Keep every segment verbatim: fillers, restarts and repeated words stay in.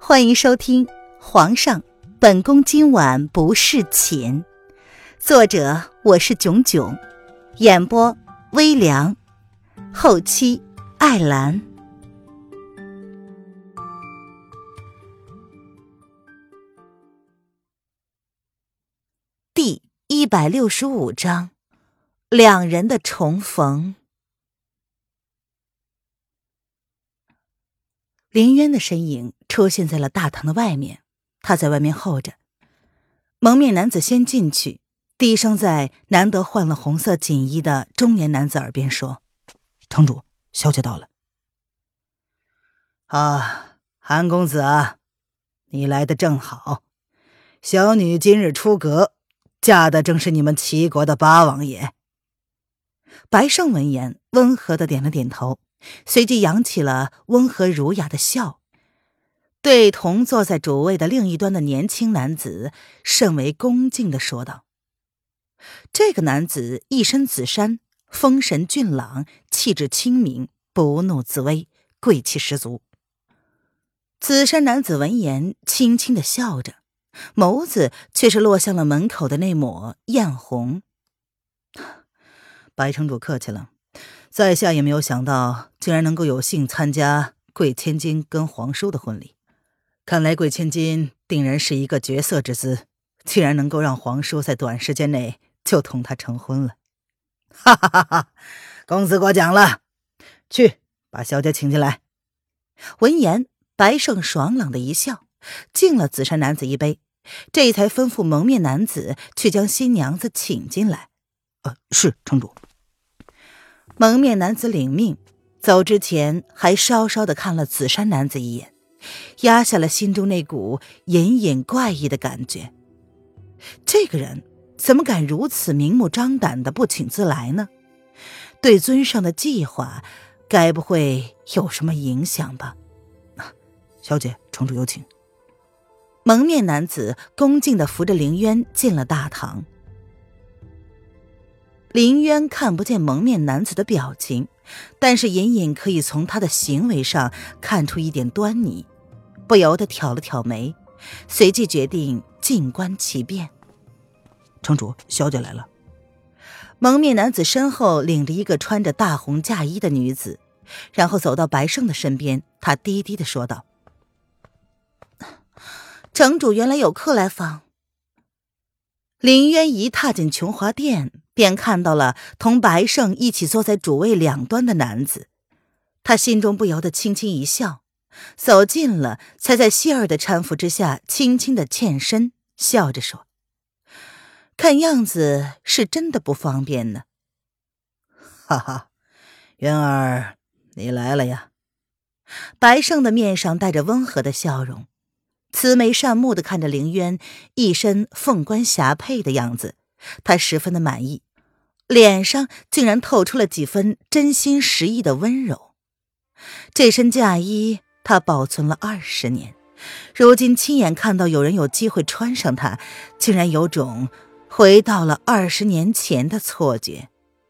欢迎收听《皇上，本宫今晚不侍寝》，作者我是囧囧，演播微凉，后期艾兰。第一百六十五章，两人的重逢。林渊的身影出现在了大堂的外面，他在外面候着。蒙面男子先进去，低声在难得换了红色锦衣的中年男子耳边说：“ 城主，小姐到了。” 啊，韩公子啊，你来得正好。小女今日出阁，嫁的正是你们齐国的八王爷。 白胜闻言，温和地点了点头，随即扬起了温和儒雅的笑，对同坐在主位的另一端的年轻男子甚为恭敬地说道。这个男子一身紫衫，风神俊朗，气质清明，不怒自威，贵气十足。紫衫男子闻言轻轻地笑着，眸子却是落向了门口的那抹艳红。 白城主客气了，在下也没有想到竟然能够有幸参加贵千金跟皇叔的婚礼，看来贵千金定然是一个绝色之姿，竟然能够让皇叔在短时间内就同她成婚了。哈哈哈哈，公子过奖了，去把小姐请进来。 闻言，白胜爽朗的一笑，敬了紫衫男子一杯，这才吩咐蒙面男子去将新娘子请进来。 呃，是城主。 蒙面男子领命，走之前还稍稍地看了紫衫男子一眼，压下了心中那股隐隐怪异的感觉。这个人怎么敢如此明目张胆地不请自来呢？对尊上的计划该不会有什么影响吧？ 小姐，城主有请。 蒙面男子恭敬地扶着凌渊进了大堂。凌渊看不见蒙面男子的表情，但是隐隐可以从他的行为上看出一点端倪，不由得挑了挑眉，随即决定静观其变。 城主，小姐来了。 蒙面男子身后领着一个穿着大红嫁衣的女子，然后走到白胜的身边，他低低地说道：“城主原来有客来访。”林渊一踏进琼华殿，便看到了同白胜一起坐在主位两端的男子，他心中不由得轻轻一笑，走近了，才在希儿的搀扶之下轻轻地欠身，笑着说：“看样子是真的不方便呢。”“ 哈哈，渊儿，你来了呀。” 白胜的面上带着温和的笑容，慈眉善目地看着凌渊一身凤冠霞帔的样子，他十分的满意，脸上竟然透出了几分真心实意的温柔。这身嫁衣他保存了二十年，如今亲眼看到有人有机会穿上它，竟然有种回到了二十年前的错觉。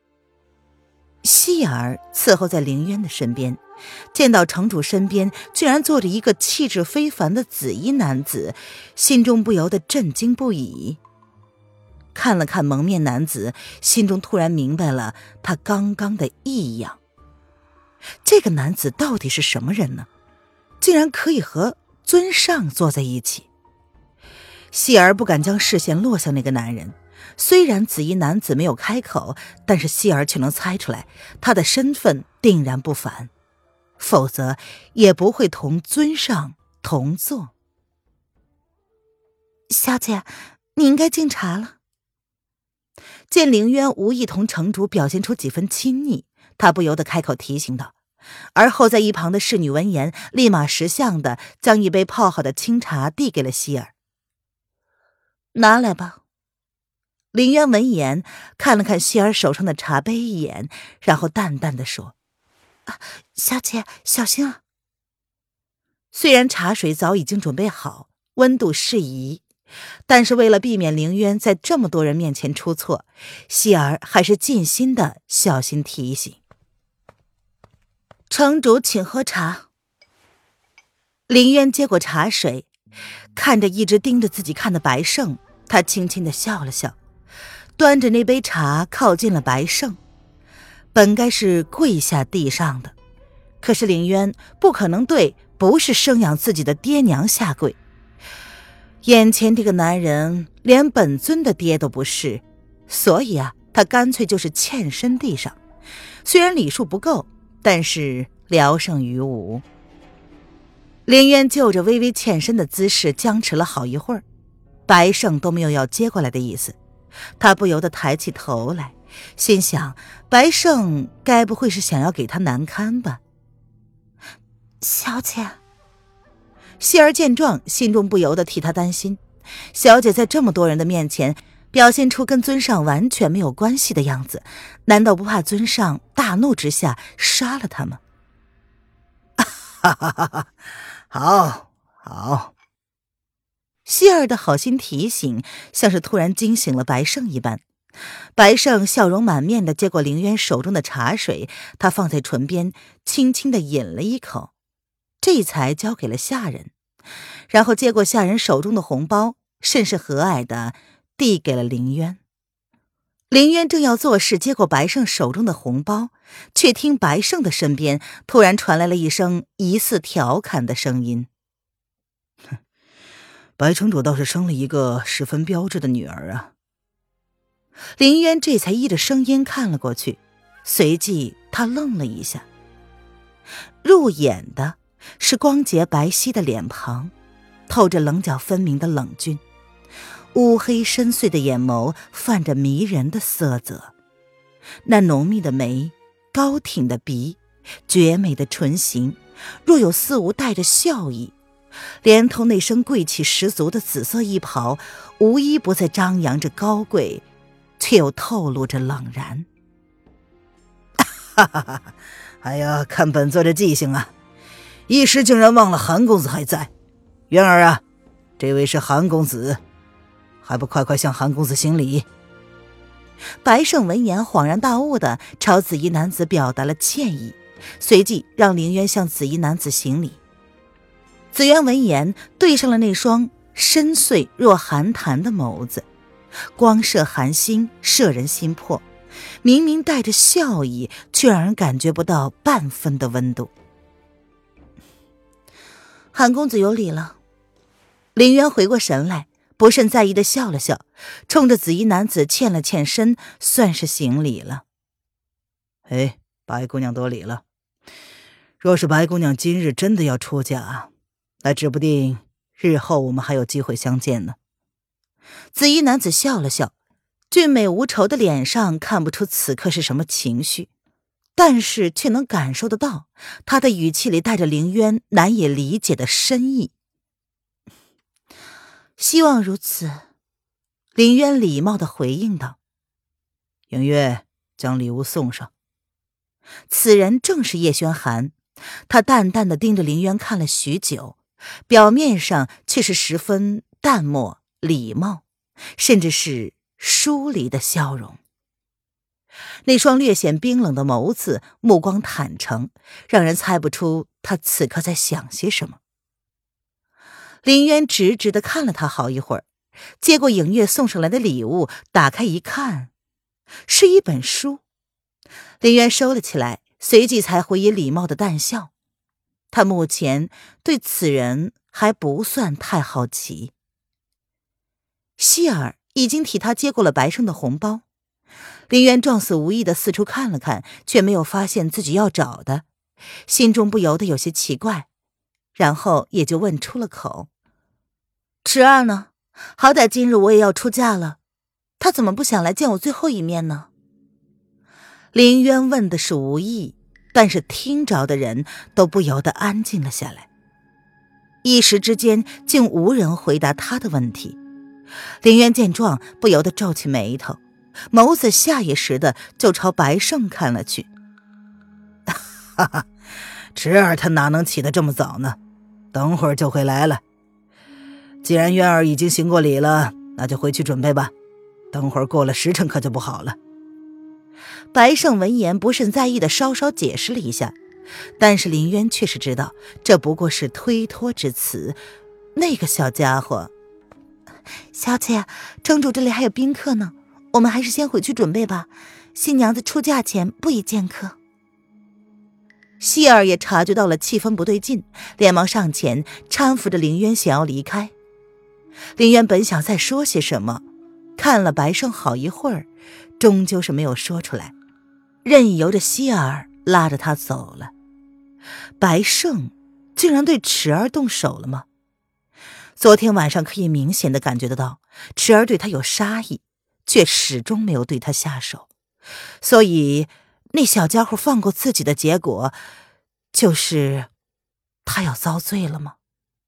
希儿伺候在凌渊的身边，见到城主身边居然坐着一个气质非凡的紫衣男子，心中不由得震惊不已。看了看蒙面男子，心中突然明白了他刚刚的异样。这个男子到底是什么人呢？竟然可以和尊上坐在一起。希儿不敢将视线落向那个男人，虽然紫衣男子没有开口，但是希儿却能猜出来他的身份定然不凡，否则也不会同尊上同坐。“小姐，你应该敬茶了。”见凌渊无意同城主表现出几分亲昵，他不由得开口提醒道，而后在一旁的侍女闻言，立马识相的将一杯泡好的清茶递给了希儿。“拿来吧。”凌渊闻言看了看希儿手上的茶杯一眼，然后淡淡的说：“啊，小姐小心啊。”虽然茶水早已经准备好，温度适宜，但是为了避免凌渊在这么多人面前出错，希儿还是尽心的小心提醒：“城主请喝茶。” 林渊接过茶水，看着一直盯着自己看的白胜，他轻轻地笑了笑，端着那杯茶靠近了白胜。本该是跪下地上的，可是林渊不可能对不是生养自己的爹娘下跪。眼前这个男人连本尊的爹都不是，所以啊，他干脆就是欠身地上。虽然礼数不够，但是聊胜于无。林渊就着微微欠身的姿势僵持了好一会儿，白胜都没有要接过来的意思。他不由得抬起头来，心想白胜该不会是想要给他难堪吧。小姐。希儿见状，心中不由得替他担心，小姐在这么多人的面前表现出跟尊上完全没有关系的样子，难道不怕尊上大怒之下杀了他吗？ 哈哈哈哈，好好。 希儿的好心提醒像是突然惊醒了白胜一般。白胜笑容满面地接过凌渊手中的茶水，他放在唇边轻轻地饮了一口，这才交给了下人，然后接过下人手中的红包，甚是和蔼地递给了凌渊。凌渊正要做事接过白胜手中的红包，却听白胜的身边突然传来了一声疑似调侃的声音： 白城主倒是生了一个十分标致的女儿啊。 凌渊这才依着声音看了过去，随即他愣了一下，入眼的是光洁白皙的脸庞，透着棱角分明的冷峻，乌黑深邃的眼眸泛着迷人的色泽，那浓密的眉，高挺的鼻，绝美的唇形，若有似无带着笑意，连同那身贵气十足的紫色衣袍，无一不再张扬着高贵，却又透露着冷然。 哈哈哈！哎呀，看本座这记性啊，一时竟然忘了韩公子还在。渊儿啊，这位是韩公子，还不快快向韩公子行礼。 白胜闻言恍然大悟地朝紫衣男子表达了歉意，随即让凌渊向紫衣男子行礼。紫渊闻言对上了那双深邃若寒潭的眸子，光射寒心，摄人心魄，明明带着笑意，却让人感觉不到半分的温度。韩公子有礼了。凌渊回过神来，不甚在意地笑了笑，冲着紫衣男子欠了欠身，算是行礼了。 哎，白姑娘多礼了。若是白姑娘今日真的要出嫁，那指不定日后我们还有机会相见呢。 紫衣男子笑了笑，俊美无愁的脸上看不出此刻是什么情绪，但是却能感受得到他的语气里带着凌渊难以理解的深意。希望如此，凌渊礼貌地回应道。 影月，将礼物送上。 此人正是叶轩寒，他淡淡地盯着凌渊看了许久，表面上却是十分淡漠礼貌，甚至是疏离的笑容。那双略显冰冷的眸子，目光坦诚，让人猜不出他此刻在想些什么。凌渊直直地看了他好一会儿，接过影月送上来的礼物，打开一看，是一本书。凌渊收了起来，随即才回以礼貌的淡笑。他目前对此人还不算太好奇。希尔已经替他接过了白胜的红包，凌渊状似无意地四处看了看，却没有发现自己要找的，心中不由得有些奇怪，然后也就问出了口：池儿呢？好歹今日我也要出嫁了，他怎么不想来见我最后一面呢？凌渊问的是无意，但是听着的人都不由得安静了下来，一时之间竟无人回答他的问题。凌渊见状不由得皱起眉头，眸子下意识的就朝白胜看了去。 哈哈，池儿他哪能起得这么早呢？等会儿就会来了。既然渊儿已经行过礼了，那就回去准备吧，等会儿过了时辰可就不好了。 白胜闻言不甚在意的稍稍解释了一下， 但是林渊却是知道这不过是推脱之词。那个小家伙，小姐，城主这里还有宾客呢，我们还是先回去准备吧。新娘子出嫁前不宜见客。希儿也察觉到了气氛不对劲，连忙上前搀扶着林渊想要离开。林渊本想再说些什么，看了白胜好一会儿，终究是没有说出来，任意由着希儿拉着他走了。白胜竟然对池儿动手了吗？昨天晚上可以明显的感觉得到，池儿对他有杀意，却始终没有对他下手。所以那小家伙放过自己的结果，就是他要遭罪了吗？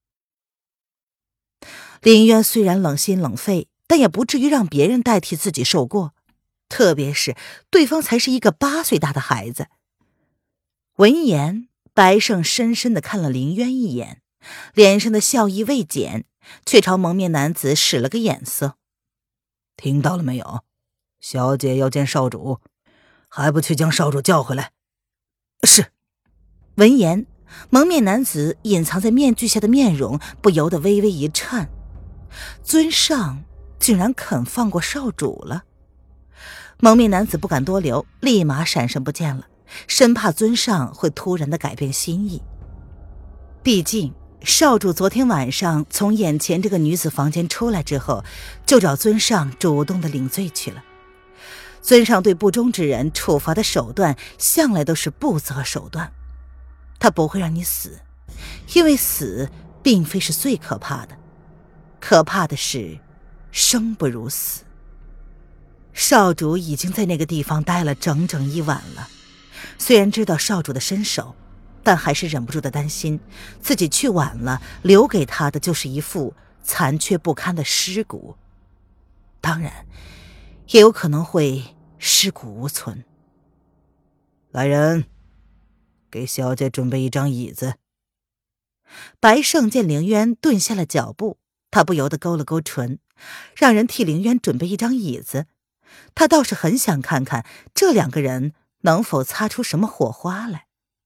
林渊虽然冷心冷肺，但也不至于让别人代替自己受过，特别是对方才是一个八岁大的孩子。闻言，白胜深深地看了林渊一眼，脸上的笑意未减，却朝蒙面男子使了个眼色。 听到了没有？小姐要见少主，还不去将少主叫回来？ 是。 闻言，蒙面男子隐藏在面具下的面容不由得微微一颤。尊上竟然肯放过少主了。蒙面男子不敢多留，立马闪身不见了，生怕尊上会突然的改变心意。毕竟少主昨天晚上从眼前这个女子房间出来之后，就找尊上主动的领罪去了。尊上对不忠之人处罚的手段向来都是不择手段，他不会让你死，因为死并非是最可怕的，可怕的是生不如死。少主已经在那个地方待了整整一晚了，虽然知道少主的身手，但还是忍不住的担心自己去晚了，留给他的就是一副残缺不堪的尸骨，当然也有可能会尸骨无存。 来人，给小姐准备一张椅子。 白胜见凌渊顿下了脚步，他不由得勾了勾唇，让人替凌渊准备一张椅子。他倒是很想看看这两个人能否擦出什么火花来。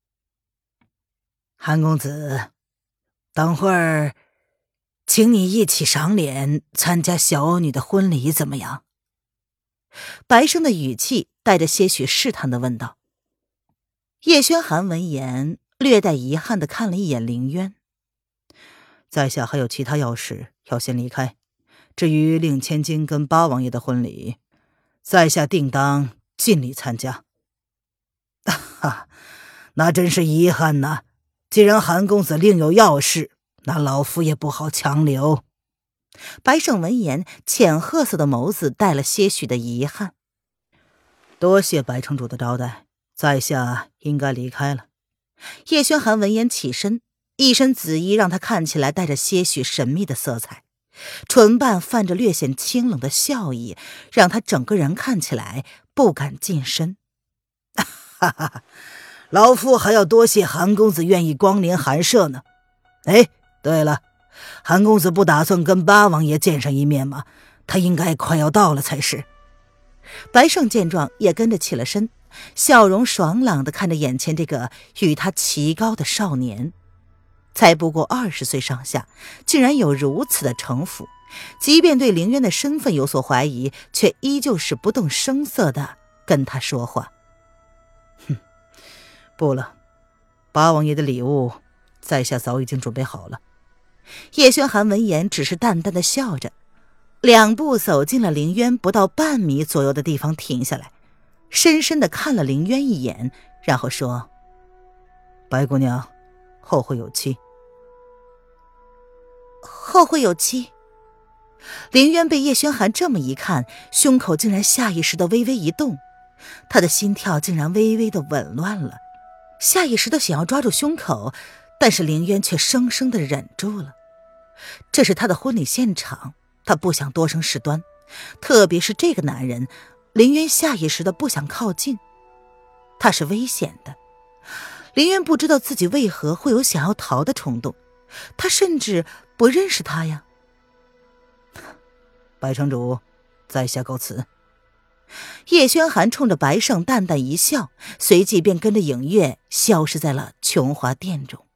韩公子，等会儿请你一起赏脸参加小欧女的婚礼怎么样？ 白胜的语气带着些许试探地问道。叶轩寒闻言略带遗憾地看了一眼凌渊。 在下还有其他要事要先离开，至于令千金跟八王爷的婚礼，在下定当尽力参加。哈，那真是遗憾呐！既然韩公子另有要事，那老夫也不好强留。 白胜闻言，浅褐色的眸子带了些许的遗憾。 多谢白城主的招待，在下应该离开了。 叶轩寒闻言起身，一身紫衣让他看起来带着些许神秘的色彩，唇瓣泛着略显清冷的笑意，让他整个人看起来不敢近身。 哈哈，老夫还要多谢韩公子愿意光临寒舍呢。哎，对了，韩公子不打算跟八王爷见上一面吗？他应该快要到了才是。 白胜见状也跟着起了身，笑容爽朗地看着眼前这个与他齐高的少年，才不过二十岁上下，竟然有如此的城府，即便对凌渊的身份有所怀疑，却依旧是不动声色地跟他说话。 哼，不了，八王爷的礼物在下早已经准备好了。 叶轩寒闻言只是淡淡的笑着，两步走进了凌渊不到半米左右的地方，停下来，深深地看了凌渊一眼，然后说： 白姑娘，后会有期。 后会有期。凌渊被叶轩寒这么一看，胸口竟然下意识地微微一动，他的心跳竟然微微地紊乱了，下意识地想要抓住胸口，但是凌渊却生生地忍住了。这是他的婚礼现场，他不想多生事端，特别是这个男人，凌渊下意识地不想靠近，他是危险的。凌渊不知道自己为何会有想要逃的冲动，他甚至不认识他呀。 白城主，在下告辞。 叶轩寒冲着白胜淡淡一笑，随即便跟着影月消失在了琼华殿中。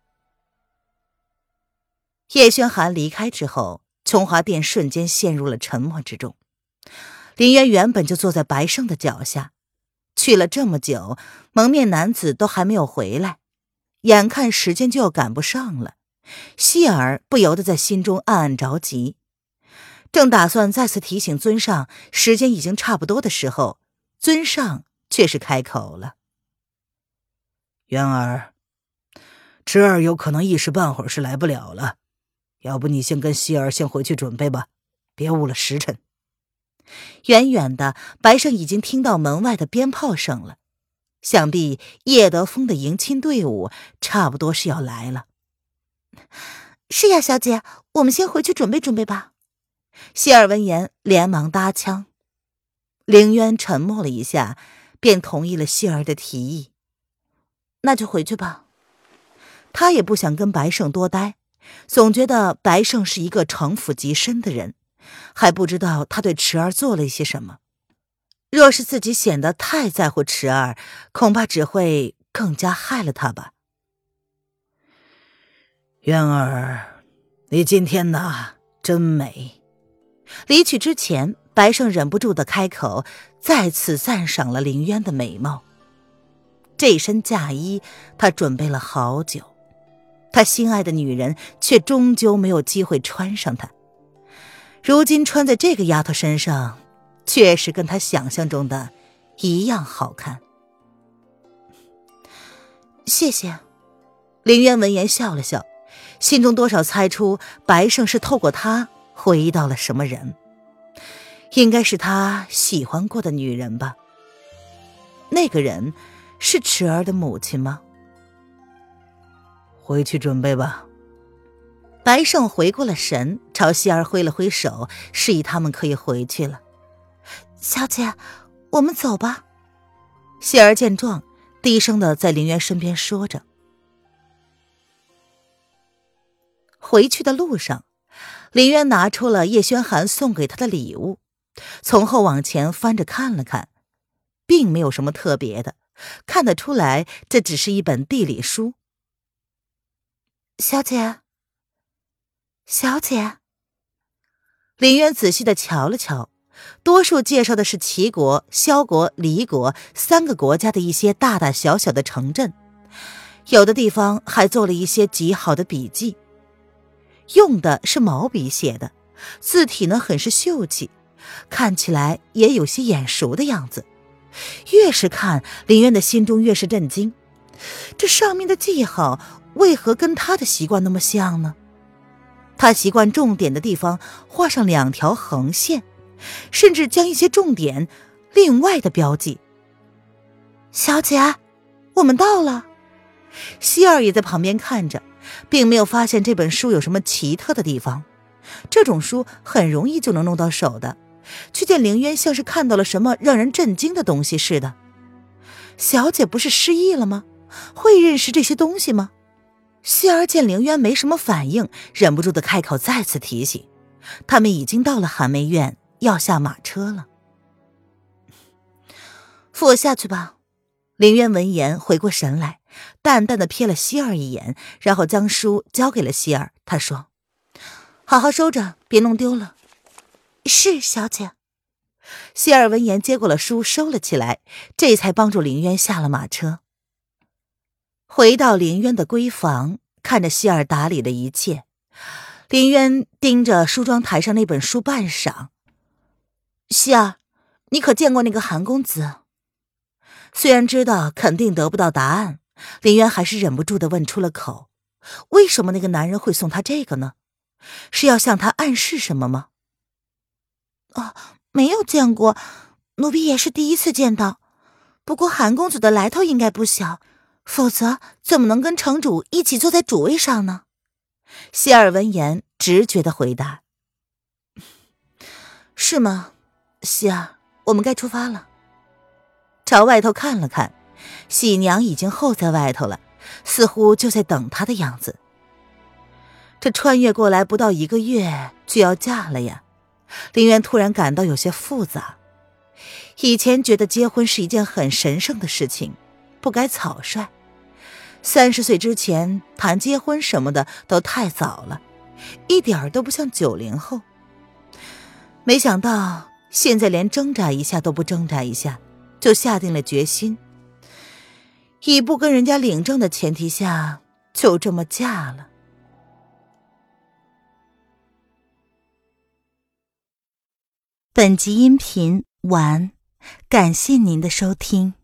叶轩寒离开之后，琼华殿瞬间陷入了沉默之中。林渊原本就坐在白胜的脚下，去了这么久，蒙面男子都还没有回来，眼看时间就要赶不上了，希儿不由得在心中暗暗着急。正打算再次提醒尊上时间已经差不多的时候，尊上却是开口了：“ 渊儿，侄儿有可能一时半会儿是来不了了，要不你先跟希儿先回去准备吧，别误了时辰。” 远远的，白胜已经听到门外的鞭炮声了，想必叶德风的迎亲队伍差不多是要来了。是呀，小姐，我们先回去准备准备吧。希尔闻言连忙搭腔。凌渊沉默了一下，便同意了希儿的提议。那就回去吧。他也不想跟白胜多待，总觉得白胜是一个城府极深的人，还不知道他对池儿做了一些什么。若是自己显得太在乎池儿，恐怕只会更加害了他吧。 渊儿，你今天呐，真美。 离去之前，白胜忍不住的开口，再次赞赏了凌渊的美貌。这身嫁衣他准备了好久，他心爱的女人却终究没有机会穿上它。如今穿在这个丫头身上，确实跟他想象中的一样好看。谢谢。凌渊闻言笑了笑，心中多少猜出白胜是透过他回忆到了什么人，应该是他喜欢过的女人吧。那个人是池儿的母亲吗？ 回去准备吧。 白胜回过了神，朝希儿挥了挥手，示意他们可以回去了。小姐，我们走吧。希儿见状，低声的在凌渊身边说着。回去的路上，凌渊拿出了叶轩寒送给他的礼物，从后往前翻着看了看，并没有什么特别的，看得出来这只是一本地理书。小姐，小姐。凌渊仔细的瞧了瞧，多数介绍的是齐国、萧国、黎国三个国家的一些大大小小的城镇，有的地方还做了一些极好的笔记。用的是毛笔写的，字体呢很是秀气，看起来也有些眼熟的样子。越是看，林渊的心中越是震惊，这上面的记号为何跟他的习惯那么像呢？他习惯重点的地方画上两条横线，甚至将一些重点另外的标记。小姐，我们到了。希儿也在旁边看着，并没有发现这本书有什么奇特的地方，这种书很容易就能弄到手的，却见凌渊像是看到了什么让人震惊的东西似的。小姐不是失忆了吗？会认识这些东西吗？希儿见凌渊没什么反应，忍不住的开口再次提醒，他们已经到了寒梅院，要下马车了。扶我下去吧。凌渊闻言回过神来，淡淡的瞥了希儿一眼，然后将书交给了希儿。他说：好好收着，别弄丢了。是，小姐。希儿闻言接过了书，收了起来，这才帮助凌渊下了马车。回到凌渊的闺房，看着希儿打理的一切，凌渊盯着梳妆台上那本书半晌。希儿，你可见过那个韩公子？虽然知道肯定得不到答案，凌渊还是忍不住地问出了口。为什么那个男人会送他这个呢？是要向他暗示什么吗？哦，没有见过，奴婢也是第一次见到。不过韩公子的来头应该不小，否则怎么能跟城主一起坐在主位上呢？希尔闻言直觉地回答。是吗？希儿，我们该出发了。朝外头看了看，喜娘已经候在外头了，似乎就在等他的样子。这穿越过来不到一个月就要嫁了呀，凌渊突然感到有些复杂。 以前觉得结婚是一件很神圣的事情，不该草率。三十岁之前谈结婚什么的都太早了，一点儿都不像九零后。没想到现在连挣扎一下都不挣扎一下，就下定了决心，以不跟人家领证的前提下，就这么嫁了。本集音频完，感谢您的收听。